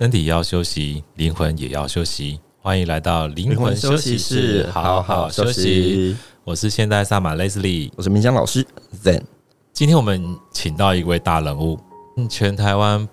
身体要休息，灵魂也要休息。欢迎来到灵魂休息室，好好休息。我是现代萨满 Leslie， 我是明江老师 Zen。 今天我们请到一位大人物，全台湾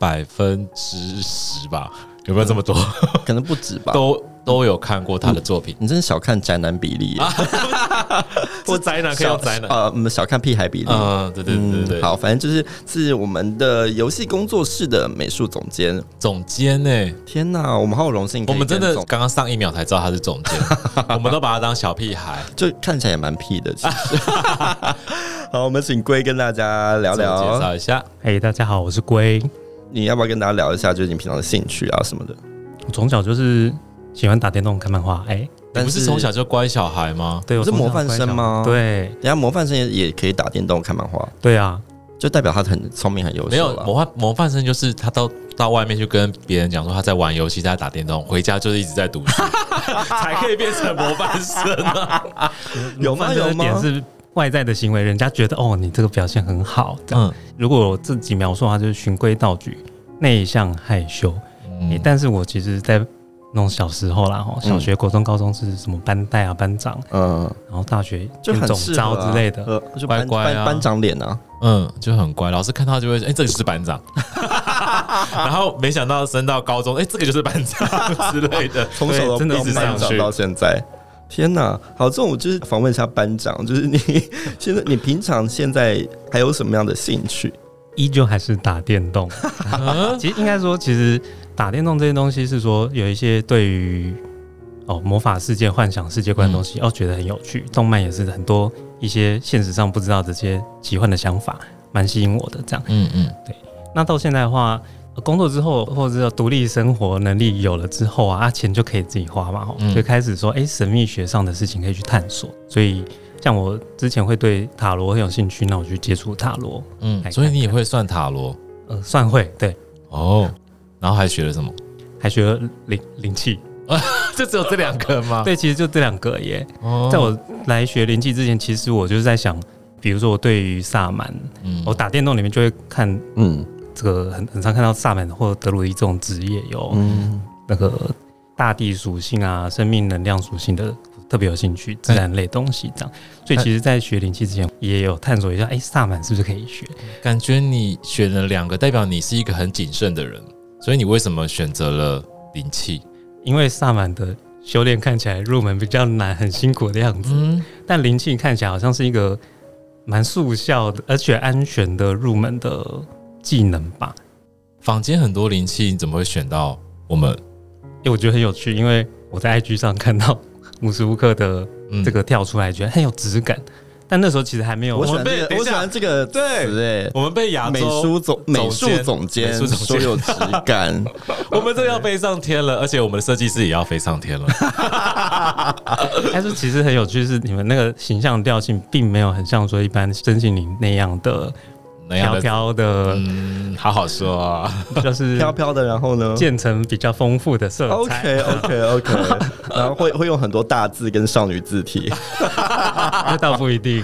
10%吧，有没有这么多？ 可能不止吧， 都有看过他的作品。 你真是小看宅男比例耶， 或宅男可以用宅男小看屁孩比例。 对。 好，反正是我们的游戏工作室的美术总监。 总监呢？ 天哪，我们好有荣幸。 我们真的刚刚上1秒才知道他是总监，我们都把他当小屁孩， 就看起来也蛮屁的。其实好，我们请龟跟大家聊聊， 介绍一下。 大家好，我是龟。 你要不要跟大家聊一下，就是你平常的兴趣啊什么的？ 我从小就是喜欢打电动、看漫画。 你不是从小就乖小孩吗？ 对，我是模范生吗？ 对， 人家模范生也可以打电动、看漫画。 对啊， 就代表他很聪明、很优秀。 没有模范生，就是他到外面去跟别人讲说他在玩游戏、在打电动，回家就是一直在读书，才可以变成模范生啊。 有吗？ 点是外在的行为，人家觉得你这个表现很好。如果我自己描述的话，就是循规蹈矩、内向害羞。但是我其实，在那种小时候啦，小学、国中、高中是什么班代啊、班长，然后大学就很总招之类的， 就乖乖啊， 班长脸啊， 就很乖。老师看到就会说，这个就是班长。然后没想到升到高中，这个就是班长之类的， 从小都一直班长到现在。天哪，好，这种我就是访问一下班长，就是你平常现在还有什么样的兴趣？ 依旧还是打电动。其实应该说，其实打电动这些东西是说有一些对于魔法世界、幻想世界观的东西，觉得很有趣。动漫也是很多一些现实上不知道这些奇幻的想法，蛮吸引我的。这样，对。那到现在的话，工作之后或者独立生活能力有了之后啊，钱就可以自己花嘛，就开始说，神秘学上的事情可以去探索。所以，像我之前会对塔罗很有兴趣，那我去接触塔罗。 所以你也会算塔罗？ 算会，对。 然后还学了什么？ 还学了灵气。 就只有这2个吗？ 对，其实就这2个耶。在我来学灵气之前，其实我就是在想，比如说我对于萨满，我打电动里面就会看，这个很常看到萨满或德鲁伊这种职业有那个大地属性啊、生命能量属性的特别有兴趣，自然类东西这样。所以其实，在学灵气之前，也有探索一下，萨满是不是可以学？ 感觉你选了2个，代表你是一个很谨慎的人。所以你为什么选择了灵气？ 因为萨满的修炼看起来入门比较难，很辛苦的样子。但灵气看起来好像是一个蛮速效的，而且安全的入门的技能吧。 坊间很多灵气，你怎么会选到我们？ 我觉得很有趣，因为我在 IG 上看到无时无刻的这个跳出来，觉得很有质感。但那时候其实还没有。 我喜欢这个词， 我们被亚洲美术总监说有质感。 我们这要飞上天了，而且我们的设计师也要飞上天了。 但是其实很有趣，是你们那个形象调性并没有很像说一般身心灵那样的飘飘的， 好好说啊， 就是飘飘的，然后呢， 渐层比较丰富的色彩。 OK， 然后会用很多大字跟少女字体， 那倒不一定。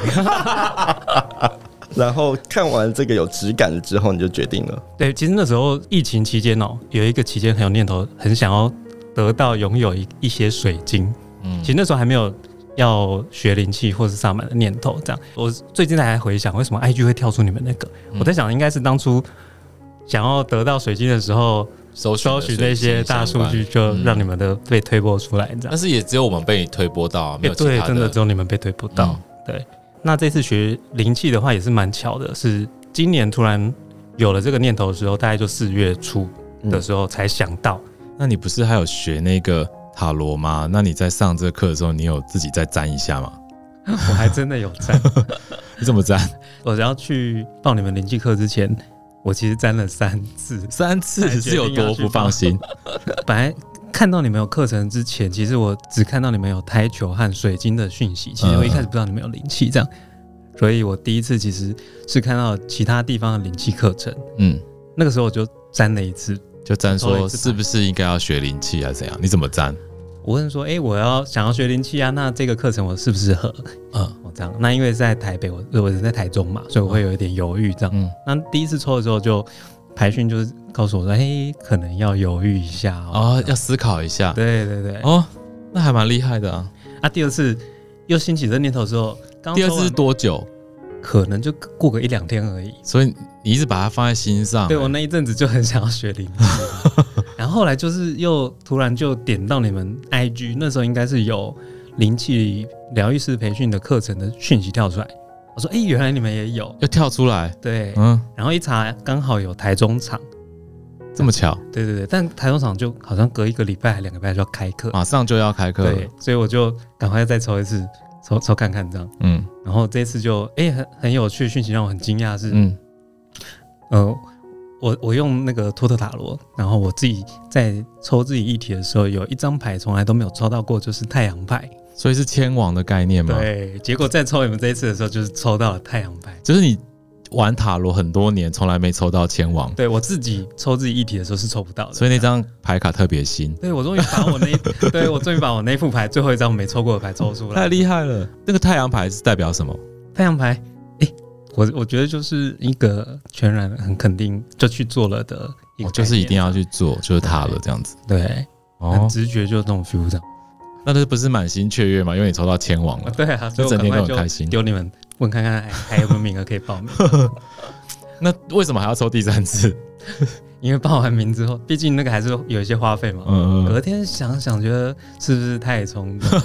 然后看完这个有质感了之后，你就决定了。 对，其实那时候疫情期间有一个期间很有念头，很想要得到拥有一些水晶。其实那时候还没有要学灵气或是萨满的念头，这样。我最近还回想，为什么 IG 会跳出你们那个？我在想，应该是当初想要得到水晶的时候，搜寻那些大数据，就让你们的被推播出来，这样。 但是也只有我们被你推播到，没有其他的。 对，真的只有你们被推播到。对，那这次学灵气的话也是蛮巧的，是今年突然有了这个念头的时候，大概就4月初的时候才想到。 那你不是还有学那个塔罗吗？那你在上这个课的时候，你有自己再占一下吗？ 我还真的有占。 你怎么占？ 我要去报你们灵气课之前，我其实占了3次。 3次是有多不放心？ 本来看到你们有课程之前，其实我只看到你们有台球和水晶的讯息，其实我一开始不知道你们有灵气这样，所以我第一次其实是看到其他地方的灵气课程。那个时候我就占了1次。 就占说是不是应该要学灵气还是怎样？你怎么占？ 我问说，我想要学灵气啊，那这个课程我适不适合？我这样，那因为在台北，我人在台中嘛，所以我会有一点犹豫这样。那第一次抽的时候就排训就是告诉我说，可能要犹豫一下哦， 要思考一下。 对对对， 哦，那还蛮厉害的啊。 第二次又兴起这念头的时候， 第二次是多久？ 可能就过个1-2天而已。 所以你一直把它放在心上。 对，我那一阵子就很想要学灵气，然后后来就是又突然就点到你们 IG， 那时候应该是有灵气疗愈师培训的课程的讯息跳出来，我说原来你们也有， 又跳出来。 对，然后一查刚好有台中场， 这么巧。 对对对，但台中场就好像隔1个礼拜还2个礼拜就要开课， 马上就要开课了。 对，所以我就赶快再抽一次，抽看看这样。然后这一次就很有趣的讯息让我很惊讶是，我用那个托特塔罗，然后我自己在抽自己议题的时候，有一张牌从来都没有抽到过，就是太阳牌。 所以是千王的概念吗？ 对，结果在抽你们这一次的时候，就是抽到了太阳牌。 就是你玩塔罗很多年，从来没抽到千王。 对，我自己抽自己议题的时候是抽不到的， 所以那张牌卡特别新。 对，我终于把我那副牌最后一张没抽过的牌抽出来， 太厉害了。那个太阳牌是代表什么？ 太阳牌，我觉得就是一个全然很肯定就去做了的一个， 就是一定要去做，就是它了这样子。 对，很直觉就那种 feel 这样。 那这不是满心雀跃吗？因为你抽到千王了。 对啊， 就整天都很开心。 丢你们问看看还有没有名额可以报名。 那为什么还要抽第3次？ 因为报完名之后，毕竟那个还是有一些花费嘛。隔天想想，觉得是不是太冲动？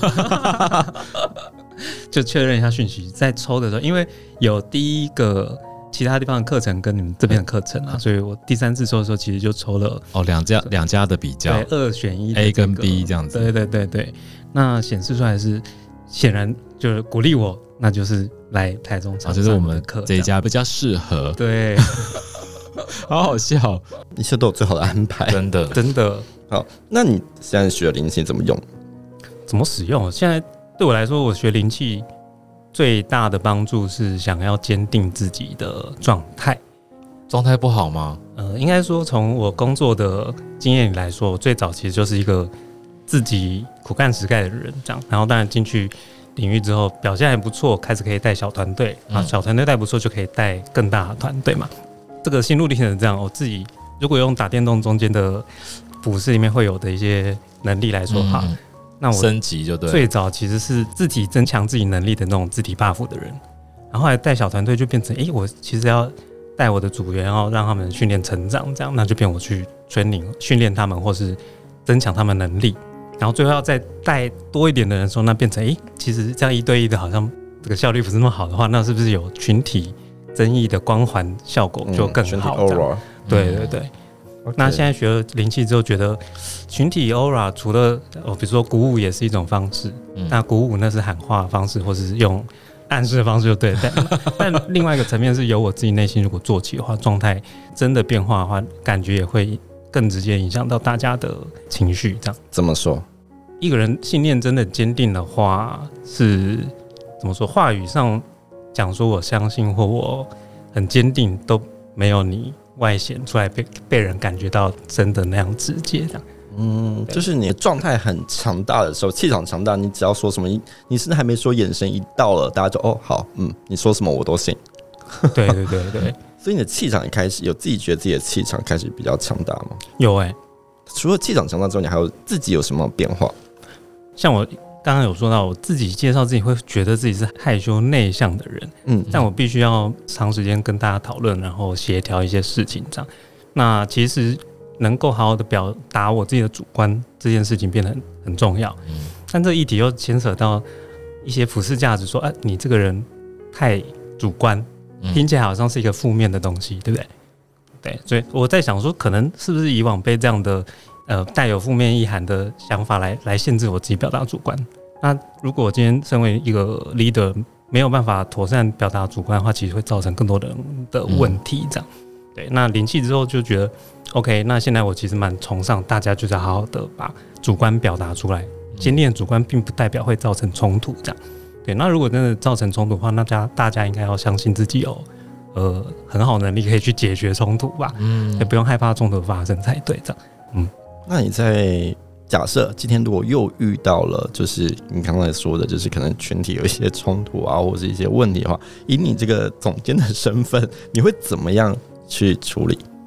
就确认一下讯息，在抽的时候，因为有第一个其他地方的课程跟你们这边的课程啊，所以我第3次抽的时候，其实就抽了两家的比较， 对，2选1 ，A 跟 B 这样子。 对对对对，那显示出来是显然就是鼓励我，那就是来台中场， 就是我们这一家比较适合。 对， 好好笑， 一切都有最好的安排， 真的真的。 好，那你现在学灵气怎么用？ 怎么使用？现在对我来说，我学灵气最大的帮助是想要坚定自己的状态。 状态不好吗？ 应该说从我工作的经验里来说，我最早其实就是一个自己苦干实干的人，这样。然后当然进去领域之后，表现还不错，开始可以带小团队啊，小团队带不错就可以带更大的团队嘛。这个心路历程是这样，我自己如果用打电动中间的普世里面会有的一些能力来说哈。那我升级就对， 最早其实是自己增强自己能力的那种自体 buff 的人，然后后来带小团队就变成，我其实要带我的组员，然后让他们训练成长，这样那就变我去training训练他们，或是增强他们能力，然后最后要再带多一点的人说，那变成其实这样1对1的，好像这个效率不是那么好的话，那是不是有群体增益的光环效果就更好？对对对。那现在学了灵气之后，觉得群体 aura 除了比如说鼓舞也是一种方式，那鼓舞那是喊话的方式，或是用暗示的方式就对。但另外一个层面是由我自己内心如果做起的话，状态真的变化的话，感觉也会更直接影响到大家的情绪。这样怎么说？ 一个人信念真的坚定的话，是怎么说？话语上讲说我相信或我很坚定，都没有你外显出来被人感觉到真的那样直接这样。 就是你的状态很强大的时候，气场强大，你只要说什么，你甚至还没说，眼神一到了，大家就好，你说什么我都信。 对对对对， 所以你的气场一开始有自己觉得自己的气场开始比较强大吗？ 有除了气场强大之后，你还有自己有什么变化？ 像我刚刚有说到，我自己介绍自己会觉得自己是害羞内向的人，但我必须要长时间跟大家讨论，然后协调一些事情这样。那其实能够好好的表达我自己的主观这件事情变得很重要，但这议题又牵扯到一些普世价值，说你这个人太主观，听起来好像是一个负面的东西，对不对？对，所以我在想说，可能是不是以往被这样的带有负面意涵的想法来限制我自己表达主观。那如果我今天身为一个 leader 没有办法妥善表达主观的话，其实会造成更多人的问题这样。对，那灵气之后就觉得 OK， 那现在我其实蛮崇尚大家就是好好的把主观表达出来，坚定的主观并不代表会造成冲突这样。对，那如果真的造成冲突的话，那大家应该要相信自己有很好的能力可以去解决冲突吧，也不用害怕冲突发生才对这样。 那你在假设今天如果又遇到了，就是你刚才说的，就是可能群体有一些冲突啊，或者一些问题的话，以你这个总监的身份，你会怎么样去处理？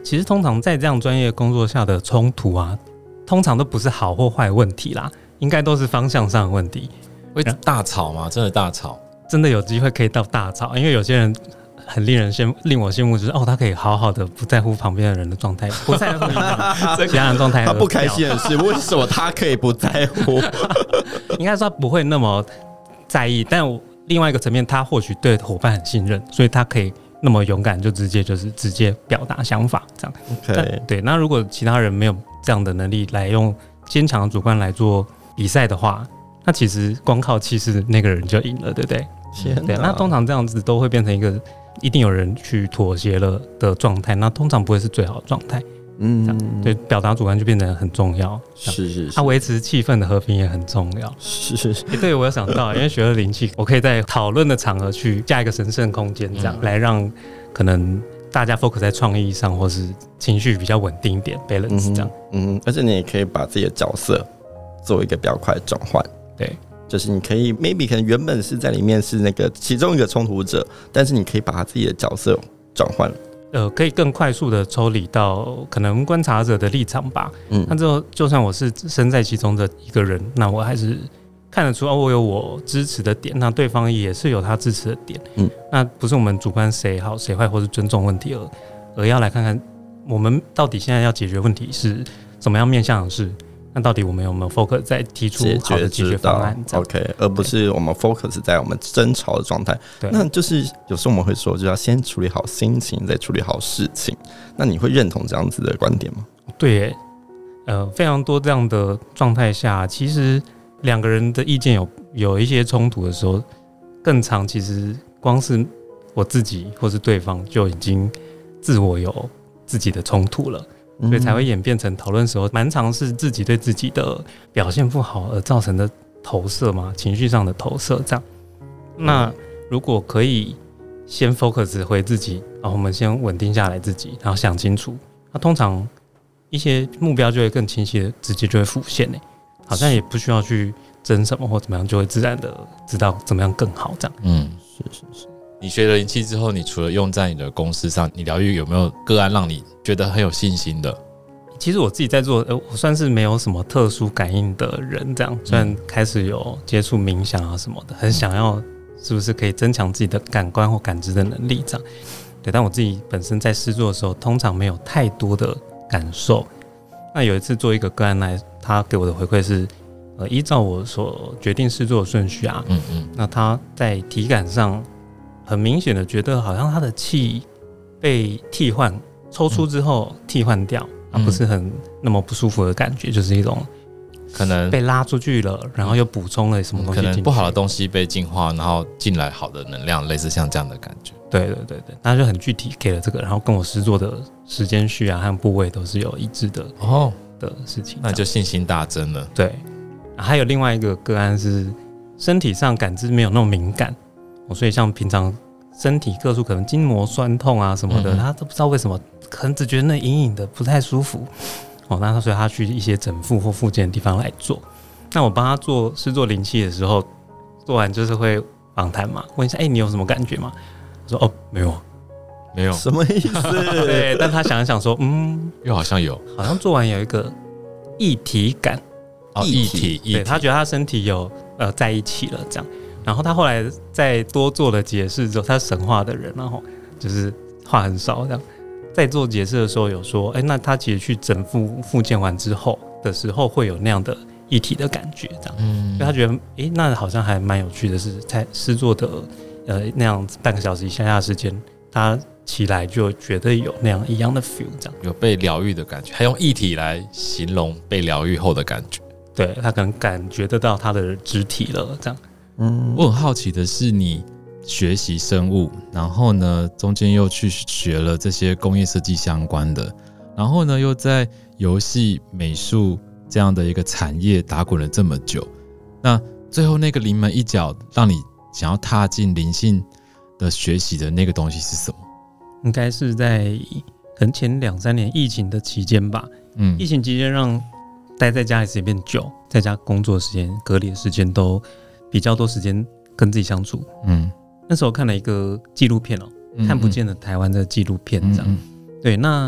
其实通常在这样专业工作下的冲突啊，通常都不是好或坏问题啦，应该都是方向上的问题。 会大吵吗？真的大吵？ 真的有机会可以到大吵，因为有些人很令我羡慕，就是他可以好好的不在乎旁边的人的状态，不在乎其他人状态。 他不开心的是为什么他可以不在乎？ 应该说他不会那么在意，但另外一个层面，他或许对伙伴很信任，所以他可以那么勇敢，就直接表达想法这样。 Okay. 对，那如果其他人没有这样的能力来用坚强的主观来做比赛的话，那其实光靠气势那个人就赢了，对不对？对，那通常这样子都会变成一个一定有人去妥协了的状态，那通常不会是最好的状态。对，表达主观就变得很重要。 是， 它维持气氛的和平也很重要。 是， 对，我有想到，因为学了灵气，我可以在讨论的场合去加一个神圣空间，这样来让可能大家 focus 在创意上，或是情绪比较稳定一点 ，balance 这样。 而且你也可以把自己的角色做一个比较快的转换。 对， 就是你可以 maybe 可能原本是在里面是那个其中一个冲突者，但是你可以把他自己的角色转换了。 可以更快速的抽离到可能观察者的立场吧。那就算我是身在其中的一个人，那我还是看得出我有我支持的点，那对方也是有他支持的点。那不是我们主观谁好谁坏，或是尊重问题而要来看看我们到底现在要解决问题是怎么样面向的事。那到底我们有没有 focus 在提出好的解决方案 ？OK， 而不是我们 focus 在我们争吵的状态。那就是有时候我们会说，就要先处理好心情，再处理好事情。那你会认同这样子的观点吗？ 对耶，非常多这样的状态下，其实两个人的意见有一些冲突的时候，更常其实光是我自己或是对方就已经自我有自己的冲突了。所以才会演变成讨论时候蛮常是自己对自己的表现不好而造成的投射嘛，情绪上的投射这样。那如果可以先 focus 回自己，然后我们先稳定下来自己，然后想清楚，那通常一些目标就会更清晰的直接就会浮现耶，好像也不需要去争什么或怎么样，就会自然的知道怎么样更好这样。 是。 你学了灵气之后，你除了用在你的公司上，你疗愈有没有个案让你觉得很有信心的？ 其实我自己在做，我算是没有什么特殊感应的人，这样虽然开始有接触冥想啊什么的，很想要是不是可以增强自己的感官或感知的能力这样。对，但我自己本身在施作的时候，通常没有太多的感受。那有一次做一个个案来，他给我的回馈是，依照我所决定施作的顺序啊，那他在体感上很明显的觉得好像他的气被替换，抽出之后替换掉，不是很那么不舒服的感觉，就是一种可能被拉出去了，然后又补充了什么东西进去， 可能不好的东西被净化，然后进来好的能量，类似像这样的感觉。 对，他就很具体给了这个，然后跟我施作的时间序啊和部位都是有一致的的事情， 那就信心大增了。 对，还有另外一个个案是身体上感知没有那么敏感。所以像平常身体各处可能筋膜酸痛啊什么的，他都不知道为什么，可能只觉得那隐隐的不太舒服。那所以他去一些整复或复健的地方来做。那我帮他施作灵气的时候，做完就是会访谈嘛，问一下，你有什么感觉吗？我说没有， 什么意思？ 对，但他想一想说， 又好像有， 好像做完有一个一体感。 一体， 对，他觉得他身体有在一起了这样。然后他后来再多做了解释之后，他是神话的人，然后就是话很少这样。在做解释的时候有说，那他其实去整复健完之后的时候会有那样的一体的感觉，这样。所以他觉得，那好像还蛮有趣的是，在施作的那样半个小时以下的时间，他起来就觉得有那样一样的 feel， 这样有被疗愈的感觉，还用一体来形容被疗愈后的感觉。 对，他可能感觉得到他的肢体了，这样。 我很好奇的是，你学习生物，然后呢，中间又去学了这些工业设计相关的，然后呢，又在游戏、美术这样的一个产业打滚了这么久，那最后那个临门一脚，让你想要踏进灵性的学习的那个东西是什么？ 应该是在可能前2-3年疫情的期间吧。疫情期间让待在家里时间变久，在家工作的时间、隔离的时间都比较多时间跟自己相处。那时候看了一个纪录片看不见的台湾的纪录片这样。对，那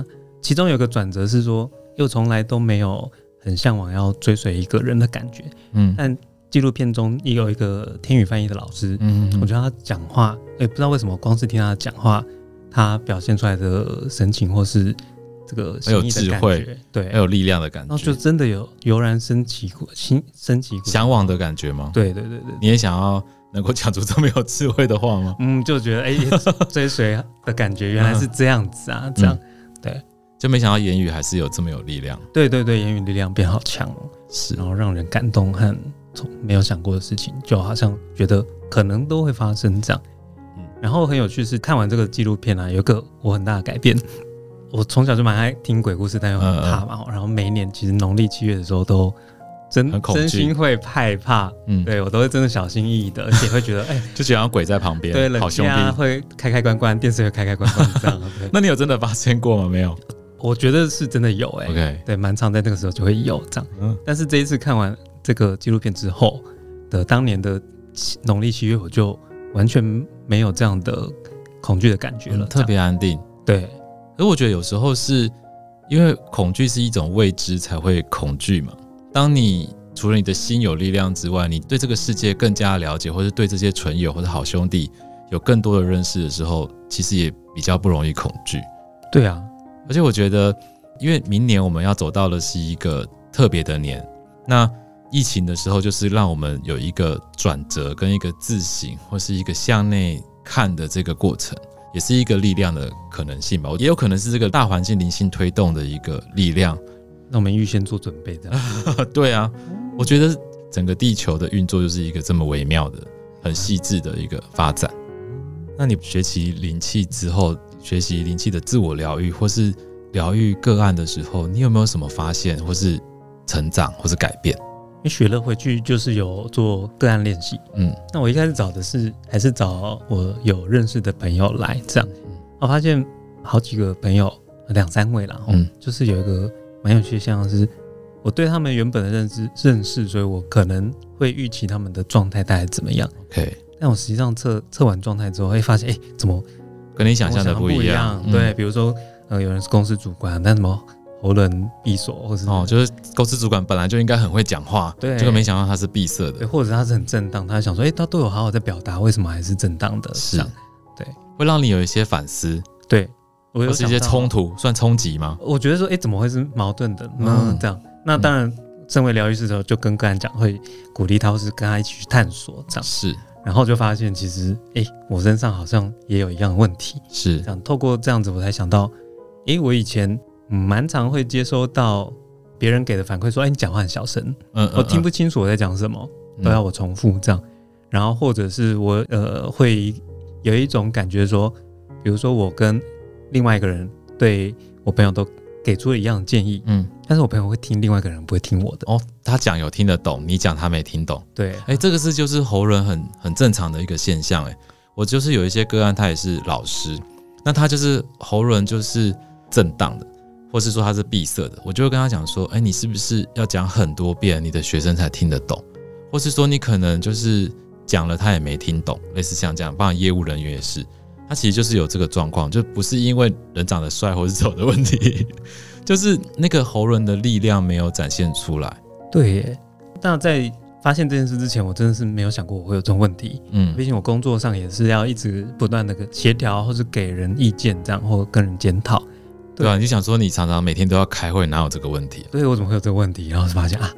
其中有个转折是说，又从来都没有很向往要追随一个人的感觉。但纪录片中也有一个天语翻译的老师，我觉得他讲话，不知道为什么，光是听他讲话，他表现出来的神情或是这个很有智慧， 对， 很有力量的感觉， 然后就真的有油然升起向往的感觉吗？ 对， 你也想要能够讲出这么有智慧的话吗？ 就觉得追随的感觉原来是这样子啊，这样对， 就没想到言语还是有这么有力量。 对，言语力量变好强哦， 是， 然后让人感动和没有想过的事情，就好像觉得可能都会发生这样。然后很有趣是看完这个纪录片啊，有一个我很大的改变。我从小就蛮爱听鬼故事，但又很怕嘛。然后每一年其实农历7月的时候都真心会害怕，对我都会真的小心翼翼的，而且会觉得就觉得鬼在旁边， 对， 好兄弟会开关关，电视会开关关这样。 那你有真的发生过吗？没有， 我觉得是真的有 OK， 对，蛮常在那个时候就会有这样。但是这一次看完这个纪录片之后的当年的农历7月，我就完全没有这样的恐惧的感觉了， 特别安定。 对。 而我觉得有时候是因为恐惧是一种未知才会恐惧嘛。当你除了你的心有力量之外，你对这个世界更加了解，或是对这些纯友或者好兄弟有更多的认识的时候，其实也比较不容易恐惧。 对啊， 而且我觉得，因为明年我们要走到的是一个特别的年，那疫情的时候就是让我们有一个转折跟一个自省或是一个向内看的这个过程。也是一个力量的可能性吧，也有可能是这个大环境灵性推动的一个力量， 那我们预先做准备这样。 对啊，我觉得整个地球的运作就是一个这么微妙的、很细致的一个发展。那你学习灵气之后，学习灵气的自我疗愈，或是疗愈个案的时候，你有没有什么发现，或是成长，或是改变？ 因为学了回去就是有做个案练习，那我一开始找的是还是找我有认识的朋友来这样，我发现好几个朋友2、3位啦，就是有一个蛮有趣的现象是，我对他们原本的认识，所以我可能会预期他们的状态大概怎么样 ，OK， 但我实际上测完状态之后，会发现怎么跟你想象的不一样， 对，比如说有人是公司主管，但什么喉轮闭锁，或是就是公司主管本来就应该很会讲话，对，结果没想到他是闭塞的， 或者他是很正当，他想说，他都有好好在表达，为什么还是正当的？ 是， 对， 会让你有一些反思， 对， 或是一些冲突，算冲击吗？ 我觉得说，怎么会是矛盾的呢？这样，那当然，身为疗愈师的时候，就跟个案讲，会鼓励他，或是跟他一起去探索，这样是， 然后就发现其实，我身上好像也有一样的问题， 是这样。透过这样子，我才想到，我以前蛮常会接收到别人给的反馈说，你讲话很小声，我听不清楚我在讲什么，都要我重复这样。然后或者是我会有一种感觉说，比如说我跟另外一个人对我朋友都给出了一样的建议，但是我朋友会听另外一个人不会听我的。 他讲有听得懂，你讲他没听懂。 对， 这个就是喉轮很正常的一个现象。我就是有一些个案，他也是老师，那他就是喉轮就是震荡的，或是说他是闭塞的，我就会跟他讲说，你是不是要讲很多遍，你的学生才听得懂？或是说你可能就是讲了他也没听懂，类似像这样，包括业务人员也是，他其实就是有这个状况，就不是因为人长得帅或是丑的问题，就是那个喉轮的力量没有展现出来。 对耶，那在发现这件事之前，我真的是没有想过我会有这种问题。毕竟我工作上也是要一直不断的协调，或是给人意见这样，或跟人检讨。 对啊，你想说你常常每天都要开会，哪有这个问题？ 对，我怎么会有这个问题？然后发现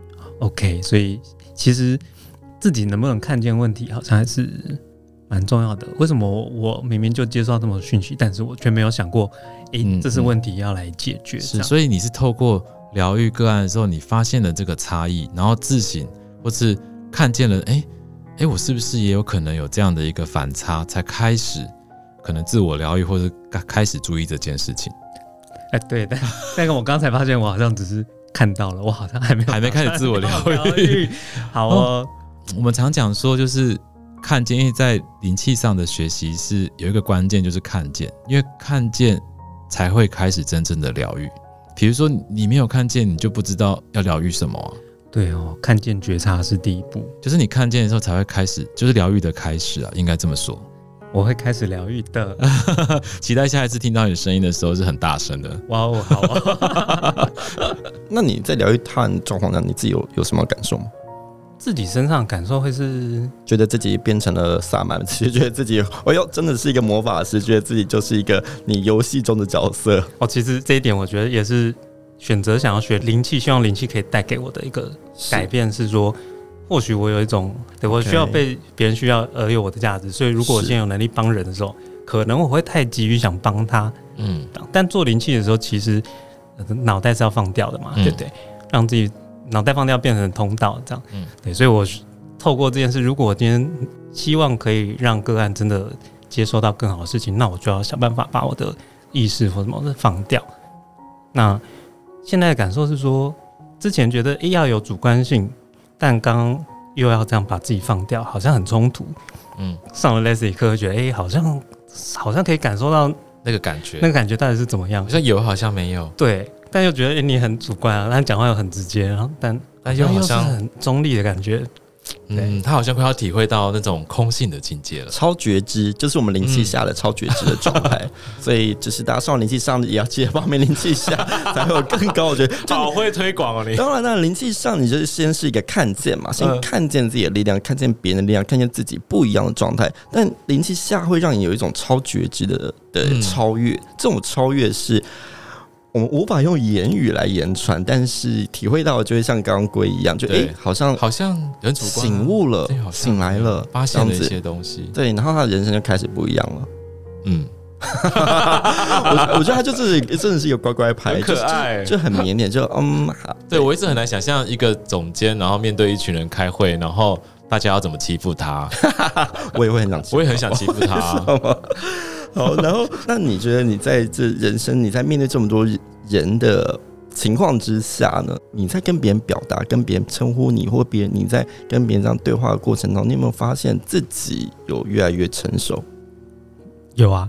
OK， 所以其实自己能不能看见问题，好像还是蛮重要的。为什么我明明就接受到这么多讯息，但是我却没有想过，这是问题要来解决。 是，所以你是透过疗愈个案的时候，你发现了这个差异，然后自省，或是看见了，我是不是也有可能有这样的一个反差，才开始可能自我疗愈，或者开始注意这件事情。 对，但我刚才发现，我好像只是看到了，我好像还没开始自我疗愈。 好哦， 我们常讲说，就是看见，因为在灵气上的学习是有一个关键，就是看见，因为看见才会开始真正的疗愈。比如说你没有看见，你就不知道要疗愈什么啊。 对哦，看见觉察是第一步， 就是你看见的时候才会开始，就是疗愈的开始啊，应该这么说。 我会开始疗愈的。 期待下一次听到你声音的时候是很大声的。 哇哦，好啊。 那你在疗愈他人状况下，你自己有什么感受吗？ 自己身上的感受会是觉得自己变成了萨满，其实觉得自己哎呦真的是一个魔法师，觉得自己就是一个你游戏中的角色。 其实这一点我觉得也是选择想要学灵气，希望灵气可以带给我的一个改变，是说或许我有一种对我需要被别人需要而有我的价值，所以如果我现在有能力帮人的时候，可能我会太急于想帮他，但做灵气的时候，其实脑袋是要放掉的嘛，对不对？让自己脑袋放掉变成通道，这样，对，所以我透过这件事，如果我今天希望可以让个案真的接收到更好的事情，那我就要想办法把我的意识或什么的放掉。那现在的感受是说，之前觉得要有主观性，但刚刚又要这样把自己放掉，好像很冲突。上了 Leslie 课，觉得好像可以感受到那个感觉， 到底是怎么样？ 好像有，好像没有。 对。但又觉得你很主观啊，但讲话又很直接，然后但又好像是很中立的感觉。 他好像快要体会到那种空性的境界了， 超觉知就是我们灵气下的超觉知的状态，所以就是大家上灵气上也要记得报名灵气下，才会有更高。我觉得好会推广哦，你。 当然，那灵气上你就是先是一个看见嘛，先看见自己的力量，看见别人的力量，看见自己不一样的状态。但灵气下会让你有一种超觉知的超越，这种超越是我们无法用言语来言传，但是体会到的就会像刚刚龟一样，就好像很主观， 醒悟了，醒来了， 发现了一些东西， 对，然后他的人生就开始不一样了。我觉得他就是真的是一个乖乖牌， 很可爱， 就很腼腆，就对，我一直很难想象一个总监，然后面对一群人开会，然后大家要怎么欺负他。 我也会很想欺负他， 我也很想欺负他。 好，然后那你觉得你在这人生，你在面对这么多人的情况之下呢？你在跟别人表达、跟别人称呼你，或你在跟别人这样对话的过程中，你有没有发现自己有越来越成熟？ 有啊，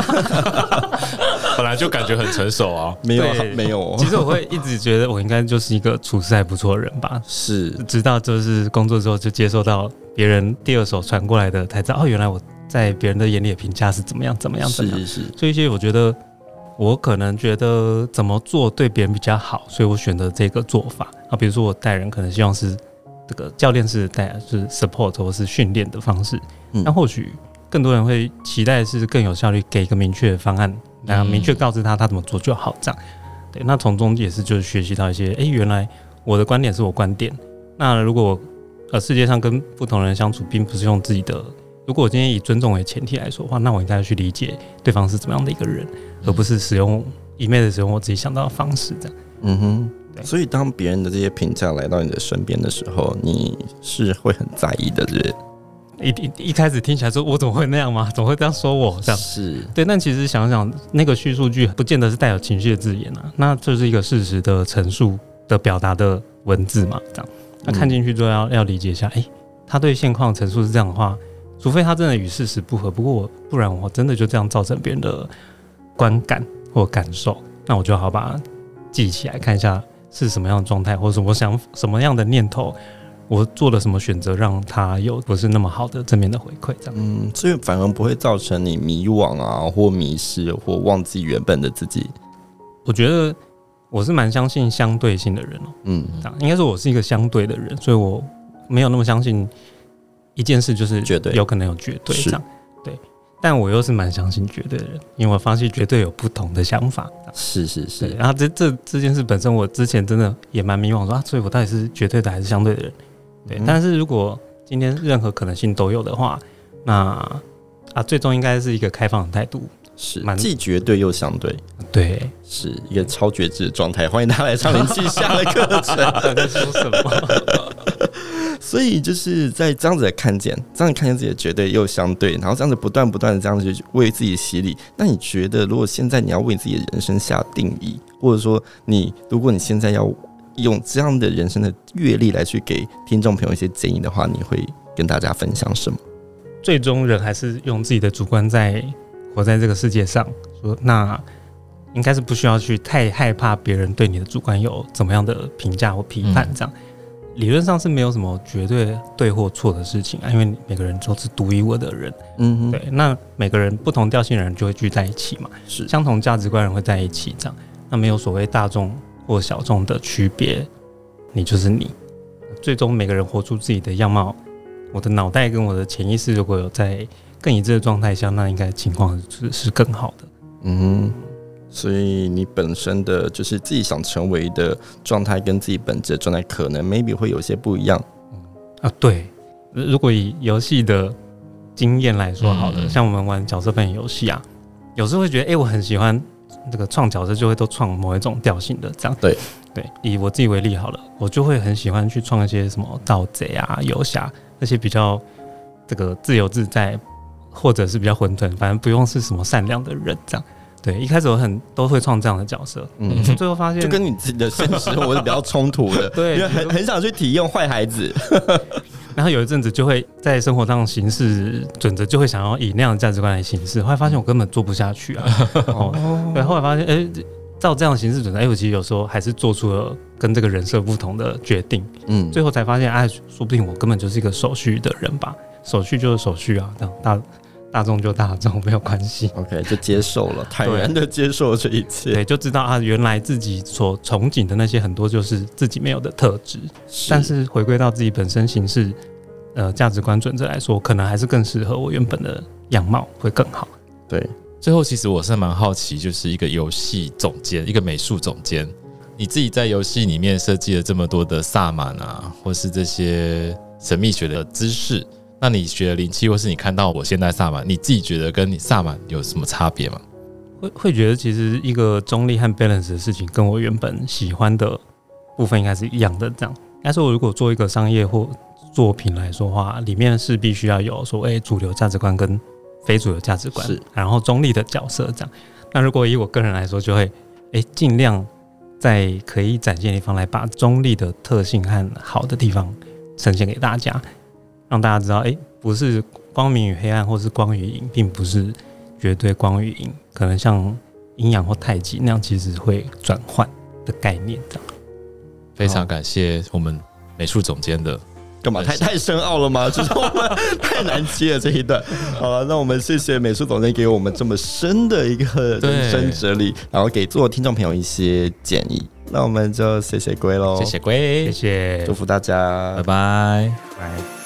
本来就感觉很成熟啊。 没有。 其实我会一直觉得我应该就是一个处事还不错的人吧。 是， 直到就是工作之后就接受到别人第二手传过来的，才知道原来我在别人的眼里的评价是怎么样。 是。 所以其实我觉得我可能觉得怎么做对别人比较好，所以我选择这个做法啊。比如说我带人可能希望是这个教练式带，就是 support 或是训练的方式。那或许更多人会期待的是更有效率，给一个明确的方案，然后明确告知他怎么做就好，这样。对，那从中也是就是学习到一些，原来我的观点是我观点。那如果世界上跟不同人相处，并不是用自己的，如果我今天以尊重为前提来说的话，那我应该去理解对方是怎么样的一个人，而不是一昧的使用我自己想到的方式，这样。 所以当别人的这些评价来到你的身边的时候，你是会很在意的，对不对？ 一开始听起来说我怎么会那样吗？怎么会这样说我？这样是对，但其实想想那个叙述句不见得是带有情绪的字眼啊，那这是一个事实的陈述的表达的文字嘛，这样。那看进去之后要理解一下，他对现况陈述是这样的话，除非他真的与事实不合，不然我真的就这样造成别人的观感或感受，那我就好把它记起来，看一下是什么样的状态，或者什么样的念头。我做了什么选择，让他有不是那么好的正面的回馈，这样。 所以反而不会造成你迷惘啊，或迷失，或忘记原本的自己。 我觉得我是蛮相信相对性的人应该说我是一个相对的人，所以我没有那么相信一件事就是绝对有可能有绝对这样。对，但我又是蛮相信绝对的人，因为我发现绝对有不同的想法。 是。 然后这件事本身，我之前真的也蛮迷惘，说所以我到底是绝对的还是相对的人？对，但是如果今天任何可能性都有的话，那最终应该是一个开放的态度， 是既绝对又相对， 对， 是一个超觉知的状态。欢迎大家来上灵气下的课程。 在说什么？ 所以就是在这样子的看见自己的绝对又相对，然后这样子不断的这样子为自己洗礼。那你觉得，如果现在你要为自己的人生下定义，或者说如果你现在要用这样的人生的阅历来去给听众朋友一些建议的话，你会跟大家分享什么？ 最终人还是用自己的主观在活在这个世界上，说那应该是不需要去太害怕别人对你的主观有怎么样的评价或批判，这样。 理论上是没有什么绝对对或错的事情啊，因为每个人都是独一无二的人。对，那每个人不同调性的人就会聚在一起嘛， 是相同价值观的人会在一起这样，那没有所谓大众或小众的区别，你就是你。最终每个人活出自己的样貌，我的脑袋跟我的潜意识如果有在更一致的状态下，那应该情况是更好的。 所以你本身的就是自己想成为的状态跟自己本质的状态可能 maybe 会有些不一样。 对，如果以游戏的经验来说好了，像我们玩角色扮演游戏啊，有时候会觉得我很喜欢这个创角色，就会都创某一种调性的这样。对，以我自己为例好了，我就会很喜欢去创一些什么盗贼啊、游侠那些比较这个自由自在，或者是比较混沌，反正不用是什么善良的人这样。对，一开始我都会创这样的角色，最后发现就跟你自己的现实活是比较冲突的， 对， 因为很想去体验坏孩子， 然后有一阵子就会在生活上行事准则，就会想要以那样的价值观来行事，后来发现我根本做不下去啊，对，后来发现照这样的行事准则，我其实有时候还是做出了跟这个人设不同的决定，最后才发现说不定我根本就是一个守序的人吧，守序就是守序啊，这样大众就大众，没有关系。 OK， 就接受了，坦然的接受这一切。 对，就知道原来自己所憧憬的那些很多就是自己没有的特质，但是回归到自己本身形式，价值观准则来说，可能还是更适合我原本的样貌，会更好。 对， 最后其实我是蛮好奇，就是一个游戏总监，一个美术总监，你自己在游戏里面设计了这么多的萨满啊，或是这些神秘学的知识。那你学了灵气，或是你看到我现代萨满，你自己觉得跟你萨满有什么差别吗？ 会觉得其实一个中立和 balance 的事情，跟我原本喜欢的部分应该是一样的。这样，应该说我如果做一个商业或作品来说的话，里面是必须要有说，主流价值观跟非主流价值观，然后中立的角色这样。那如果以我个人来说，就会尽量在可以展现的地方来把中立的特性和好的地方呈现给大家。让大家知道，不是光明与黑暗，或是光与影，并不是绝对光与影，可能像阴阳或太极那样，其实会转换的概念这样。 非常感谢我们美术总监的。 干嘛太深奥了吗？就是我们太难接了这一段。好了，那我们谢谢美术总监给我们这么深的一个人生哲理，然后给做听众朋友一些建议。那我们就谢谢龟喽， 谢谢龟， 谢谢， 祝福大家， 拜拜， 拜。